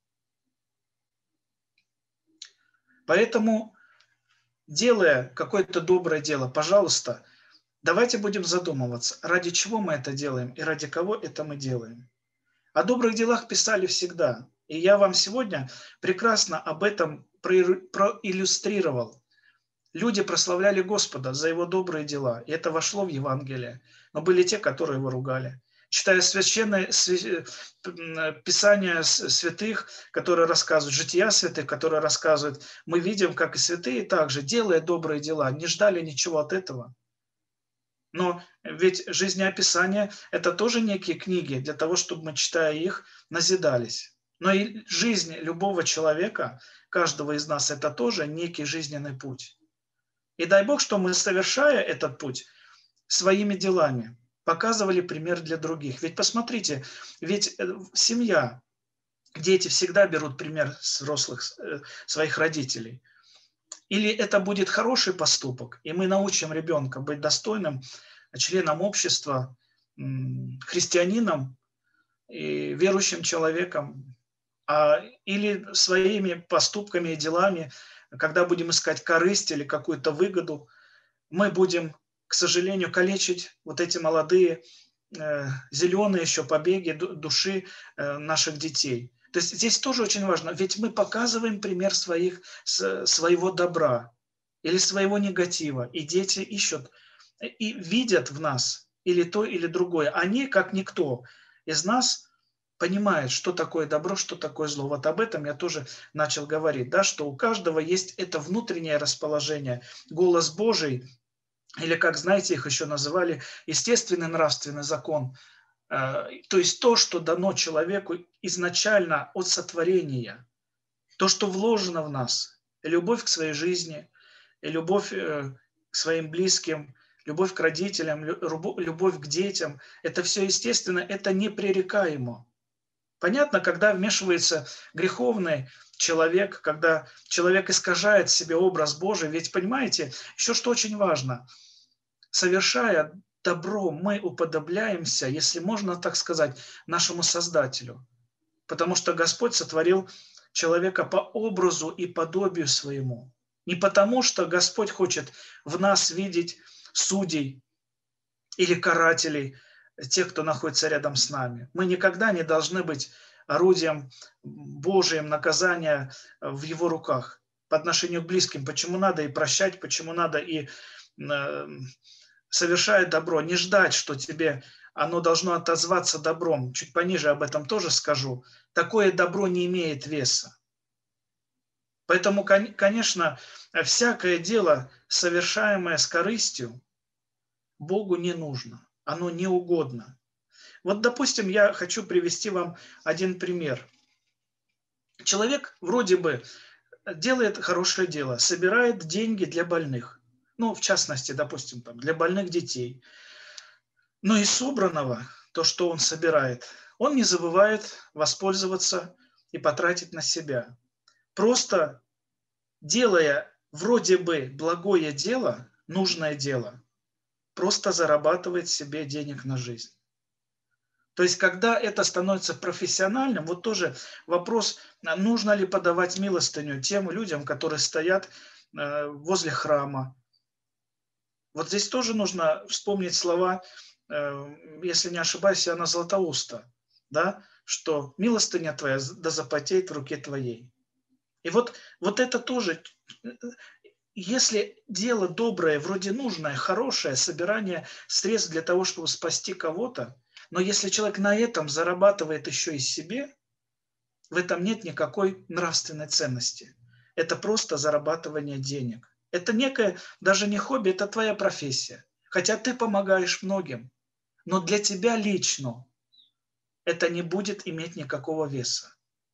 Поэтому, делая какое-то доброе дело, пожалуйста, давайте будем задумываться, ради чего мы это делаем и ради кого это мы делаем. О добрых делах писали всегда. И я вам сегодня прекрасно об этом проиллюстрировал. Люди прославляли Господа за Его добрые дела, и это вошло в Евангелие. Но были те, которые его ругали. Читая священное Писание святых, которые рассказывают, жития святых, которые рассказывают, мы видим, как и святые также, делая добрые дела, не ждали ничего от этого. Но ведь жизнеописание – это тоже некие книги для того, чтобы мы, читая их, назидались. Но и жизнь любого человека, каждого из нас, это тоже некий жизненный путь. И дай Бог, что мы, совершая этот путь, своими делами показывали пример для других. Ведь посмотрите, ведь семья, дети всегда берут пример с взрослых, своих родителей. Или это будет хороший поступок, и мы научим ребенка быть достойным членом общества, христианином и верующим человеком, или своими поступками и делами, когда будем искать корысть или какую-то выгоду, мы будем, к сожалению, калечить вот эти молодые, зеленые еще побеги души наших детей. То есть здесь тоже очень важно, ведь мы показываем пример своего добра или своего негатива, и дети ищут и видят в нас или то, или другое. Они, как никто из нас, понимают, что такое добро, что такое зло. Вот об этом я тоже начал говорить, да, что у каждого есть это внутреннее расположение, голос Божий, или, как знаете, их еще называли, естественный нравственный закон. То есть то, что дано человеку изначально от сотворения, то, что вложено в нас, любовь к своей жизни, любовь к своим близким, любовь к родителям, любовь к детям, это все естественно, это непререкаемо. Понятно, когда вмешивается греховный человек, когда человек искажает в себе образ Божий, ведь понимаете, еще что очень важно, совершая добро, мы уподобляемся, если можно так сказать, нашему Создателю. Потому что Господь сотворил человека по образу и подобию своему. Не потому, что Господь хочет в нас видеть судей или карателей, тех, кто находится рядом с нами. Мы никогда не должны быть орудием Божьим наказания в Его руках по отношению к близким. Почему надо и прощать, почему надо и совершать добро, не ждать, что тебе оно должно отозваться добром. Чуть пониже об этом тоже скажу. Такое добро не имеет веса. Поэтому, конечно, всякое дело, совершаемое с корыстью, Богу не нужно. Оно не угодно. Вот, допустим, я хочу привести вам один пример. Человек вроде бы делает хорошее дело, собирает деньги для больных. Ну, в частности, допустим, там, для больных детей. Но из собранного, то, что он собирает, он не забывает воспользоваться и потратить на себя. Просто делая вроде бы благое дело, нужное дело, просто зарабатывает себе денег на жизнь. То есть, когда это становится профессиональным, вот тоже вопрос, нужно ли подавать милостыню тем людям, которые стоят возле храма. Вот здесь тоже нужно вспомнить слова, если не ошибаюсь, Иоанна Златоуста, да, что милостыня твоя да запотеет в руке твоей. И вот это тоже... Если дело доброе, вроде нужное, хорошее, собирание средств для того, чтобы спасти кого-то, но если человек на этом зарабатывает еще и себе, в этом нет никакой нравственной ценности. Это просто зарабатывание денег. Это некое, даже не хобби, это твоя профессия. Хотя ты помогаешь многим, но для тебя лично это не будет иметь никакого веса.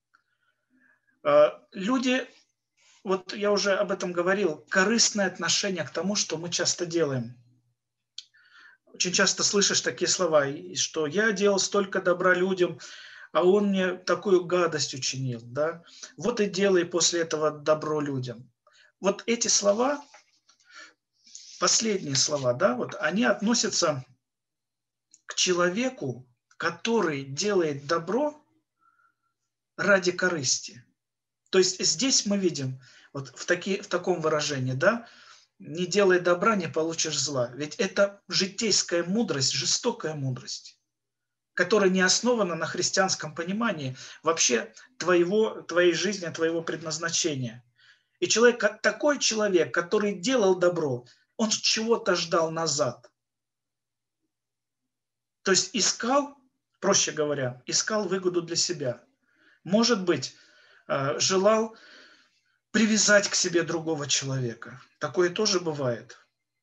Люди... Вот я уже об этом говорил, корыстное отношение к тому, что мы часто делаем. Очень часто слышишь такие слова, что я делал столько добра людям, а он мне такую гадость учинил. Да? Вот и делай после этого добро людям. Вот эти слова, последние слова, да, вот они относятся к человеку, который делает добро ради корысти. То есть здесь мы видим, вот в таком выражении, да, не делай добра, не получишь зла. Ведь это житейская мудрость, жестокая мудрость, которая не основана на христианском понимании вообще твоей жизни, твоего предназначения. И такой человек, который делал добро, он чего-то ждал назад. То есть искал, проще говоря, искал выгоду для себя. Может быть, желал привязать к себе другого человека. Такое тоже бывает.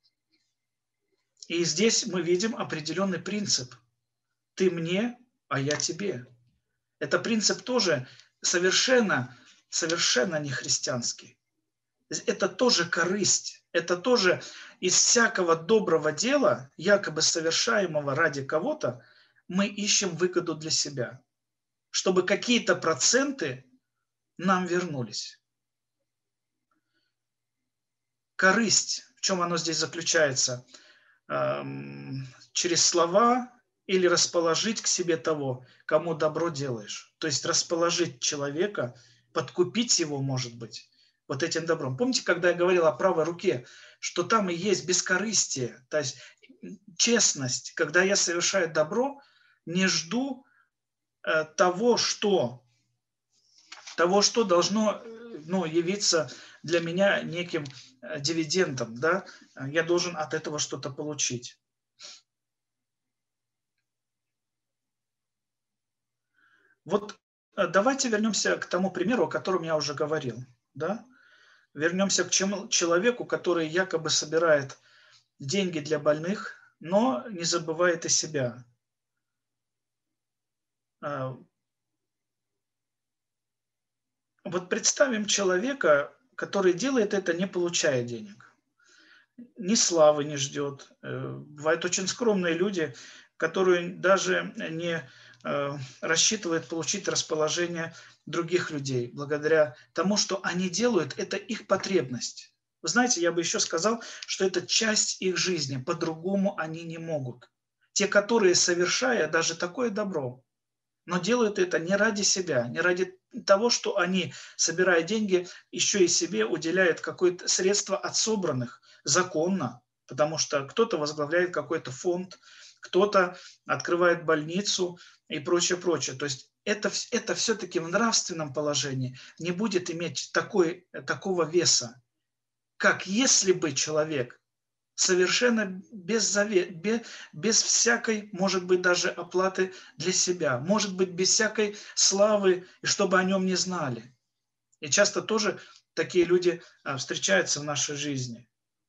И здесь мы видим определенный принцип. Ты мне, а я тебе. Это принцип тоже совершенно не христианский. Это тоже корысть. Это тоже из всякого доброго дела, якобы совершаемого ради кого-то, мы ищем выгоду для себя, чтобы какие-то проценты нам вернулись. Корысть, в чем оно здесь заключается? Через слова или расположить к себе того, кому добро делаешь. То есть расположить человека, подкупить его, может быть, вот этим добром. Помните, когда я говорил о правой руке, что там и есть бескорыстие, то есть честность, когда я совершаю добро, не жду того, что должно явиться для меня неким дивидендом, да, я должен от этого что-то получить. Вот давайте вернемся к тому примеру, о котором я уже говорил, да. Вернемся к человеку, который якобы собирает деньги для больных, но не забывает и себя. Вот представим человека, который делает это, не получая денег. Ни славы не ждет. Бывают очень скромные люди, которые даже не рассчитывают получить расположение других людей благодаря тому, что они делают, это их потребность. Вы знаете, я бы еще сказал, что это часть их жизни, по-другому они не могут. Те, которые, совершая даже такое добро, но делают это не ради себя, не ради того, что они, собирая деньги, еще и себе уделяют какое-то средство от собранных законно, потому что кто-то возглавляет какой-то фонд, кто-то открывает больницу и прочее, прочее. То есть это все-таки в нравственном положении не будет иметь такого веса, как если бы человек совершенно без всякой, может быть, даже оплаты для себя, может быть, без всякой славы, и чтобы о нем не знали. И часто тоже такие люди встречаются в нашей жизни.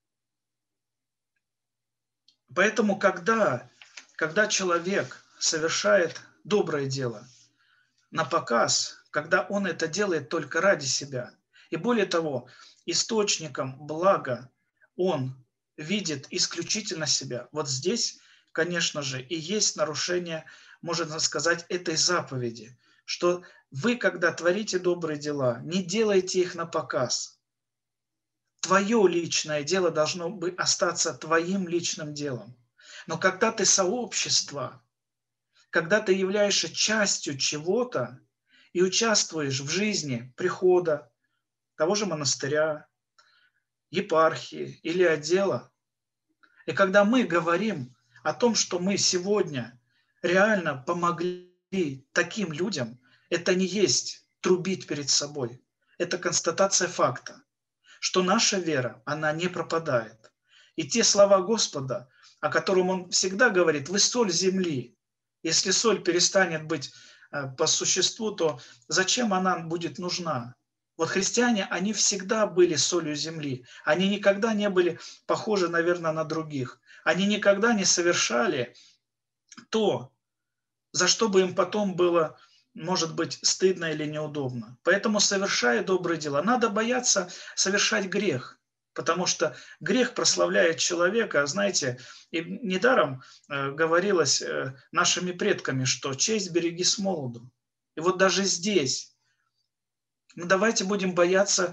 Поэтому, когда человек совершает доброе дело на показ, когда он это делает только ради себя, и более того, источником блага он видит исключительно себя. Вот здесь, конечно же, и есть нарушение, можно сказать, этой заповеди, что вы, когда творите добрые дела, не делайте их на показ. Твое личное дело должно бы остаться твоим личным делом. Но когда ты сообщество, когда ты являешься частью чего-то и участвуешь в жизни прихода, того же монастыря, епархии или отдела, и когда мы говорим о том, что мы сегодня реально помогли таким людям, это не есть трубить перед собой, это констатация факта, что наша вера, она не пропадает. И те слова Господа, о котором Он всегда говорит, вы соль земли. Если соль перестанет быть по существу, то зачем она будет нужна? Вот христиане, они всегда были солью земли. Они никогда не были похожи, наверное, на других. Они никогда не совершали то, за что бы им потом было, может быть, стыдно или неудобно. Поэтому, совершая добрые дела, надо бояться совершать грех, потому что грех прославляет человека. Знаете, и недаром говорилось нашими предками, что честь береги смолоду. И вот даже здесь давайте будем бояться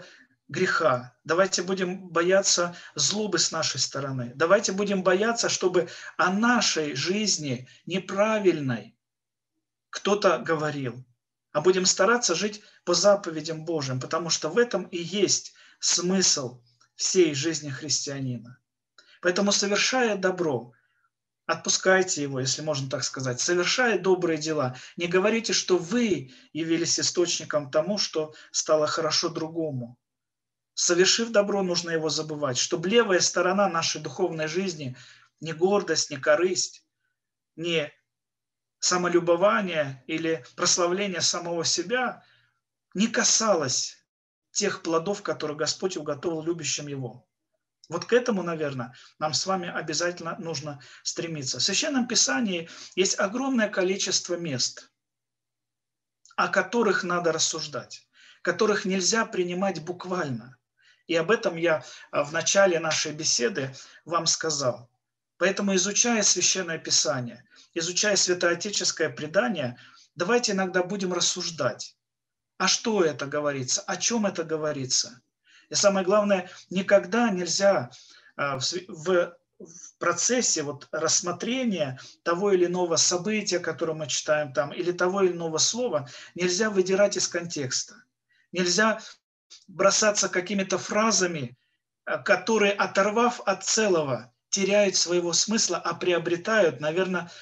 греха. Давайте будем бояться злобы с нашей стороны. Давайте будем бояться, чтобы о нашей жизни неправильной кто-то говорил. А будем стараться жить по заповедям Божьим, потому что в этом и есть смысл всей жизни христианина. Поэтому, совершая добро, отпускайте его, если можно так сказать, совершая добрые дела. Не говорите, что вы явились источником тому, что стало хорошо другому. Совершив добро, нужно его забывать, чтобы левая сторона нашей духовной жизни, не гордость, не корысть, не самолюбование или прославление самого себя, не касалась тех плодов, которые Господь уготовил любящим Его. Вот к этому, наверное, нам с вами обязательно нужно стремиться. В Священном Писании есть огромное количество мест, о которых надо рассуждать, которых нельзя принимать буквально. И об этом я в начале нашей беседы вам сказал. Поэтому, изучая Священное Писание, изучая святоотеческое предание, давайте иногда будем рассуждать. А что это говорится? О чем это говорится? И самое главное, никогда нельзя в процессе рассмотрения того или иного события, которое мы читаем там, или того или иного слова, нельзя выдирать из контекста. Нельзя бросаться какими-то фразами, которые, оторвав от целого, теряют своего смысла, а приобретают, наверное,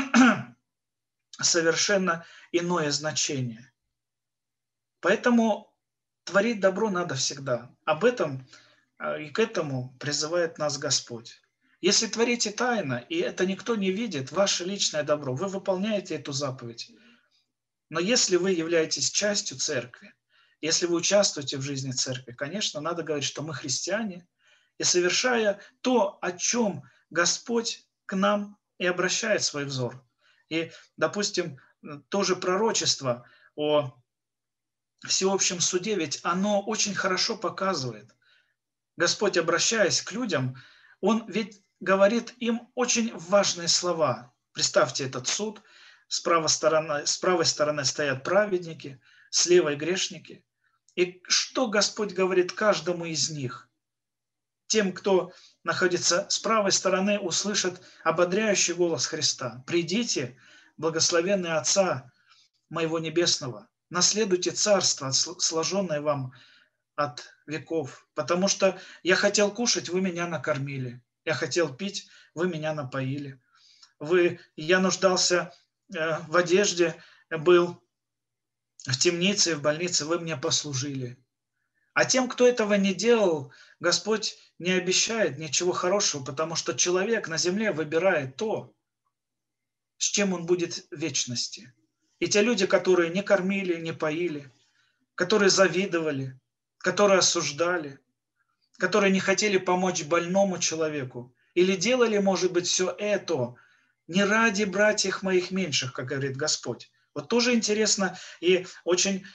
совершенно иное значение. Поэтому творить добро надо всегда. Об этом и к этому призывает нас Господь. Если творите тайно, и это никто не видит, ваше личное добро, вы выполняете эту заповедь. Но если вы являетесь частью церкви, если вы участвуете в жизни церкви, конечно, надо говорить, что мы христиане, и совершая то, о чем Господь к нам и обращает свой взор. И, допустим, то же пророчество о всеобщем суде, ведь оно очень хорошо показывает. Господь, обращаясь к людям, Он ведь говорит им очень важные слова. Представьте этот суд, с правой стороны стоят праведники, с левой грешники. И что Господь говорит каждому из них? Тем, кто находится с правой стороны, услышит ободряющий голос Христа. «Придите, благословенные Отца моего Небесного, наследуйте царство, сложенное вам от веков, потому что я хотел кушать, вы меня накормили, я хотел пить, вы меня напоили, я нуждался в одежде, был в темнице, в больнице, вы мне послужили». А тем, кто этого не делал, Господь не обещает ничего хорошего, потому что человек на земле выбирает то, с чем он будет в вечности. И те люди, которые не кормили, не поили, которые завидовали, которые осуждали, которые не хотели помочь больному человеку, или делали, может быть, все это не ради братьев моих меньших, как говорит Господь. Вот тоже интересно и очень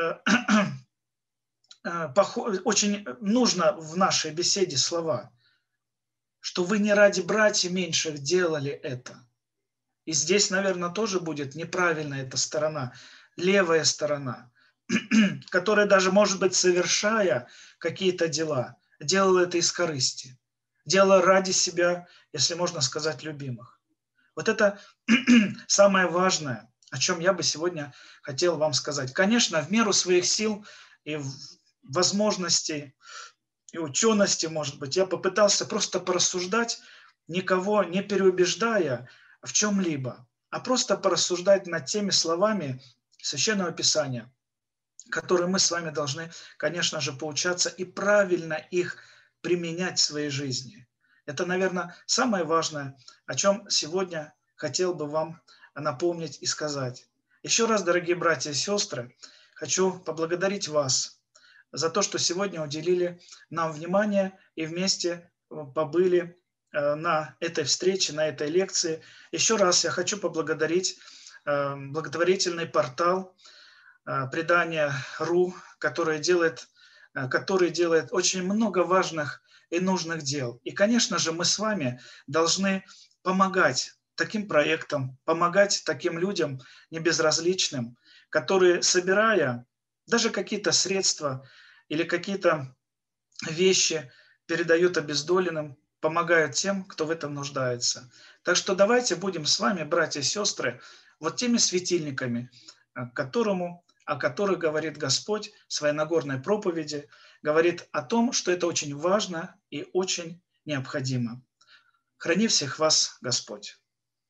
нужно в нашей беседе слова, что вы не ради братьев меньших делали это. И здесь, наверное, тоже будет неправильная эта сторона, левая сторона, которая даже, может быть, совершая какие-то дела, делала это из корысти, делала ради себя, если можно сказать, любимых. Вот это самое важное, о чем я бы сегодня хотел вам сказать. Конечно, в меру своих сил и возможностей, и учености, может быть, я попытался просто порассуждать, никого не переубеждая в чем-либо, а просто порассуждать над теми словами Священного Писания, которые мы с вами должны, конечно же, поучаться и правильно их применять в своей жизни. Это, наверное, самое важное, о чем сегодня хотел бы вам напомнить и сказать. Еще раз, дорогие братья и сестры, хочу поблагодарить вас за то, что сегодня уделили нам внимание и вместе побыли на этой встрече, на этой лекции. Еще раз я хочу поблагодарить благотворительный портал Предания.ру, который делает очень много важных и нужных дел. И, конечно же, мы с вами должны помогать таким проектам, помогать таким людям небезразличным, которые, собирая даже какие-то средства или какие-то вещи, передают обездоленным, помогают тем, кто в этом нуждается. Так что давайте будем с вами, братья и сестры, вот теми светильниками, о которых говорит Господь в своей Нагорной проповеди, говорит о том, что это очень важно и очень необходимо. Храни всех вас Господь.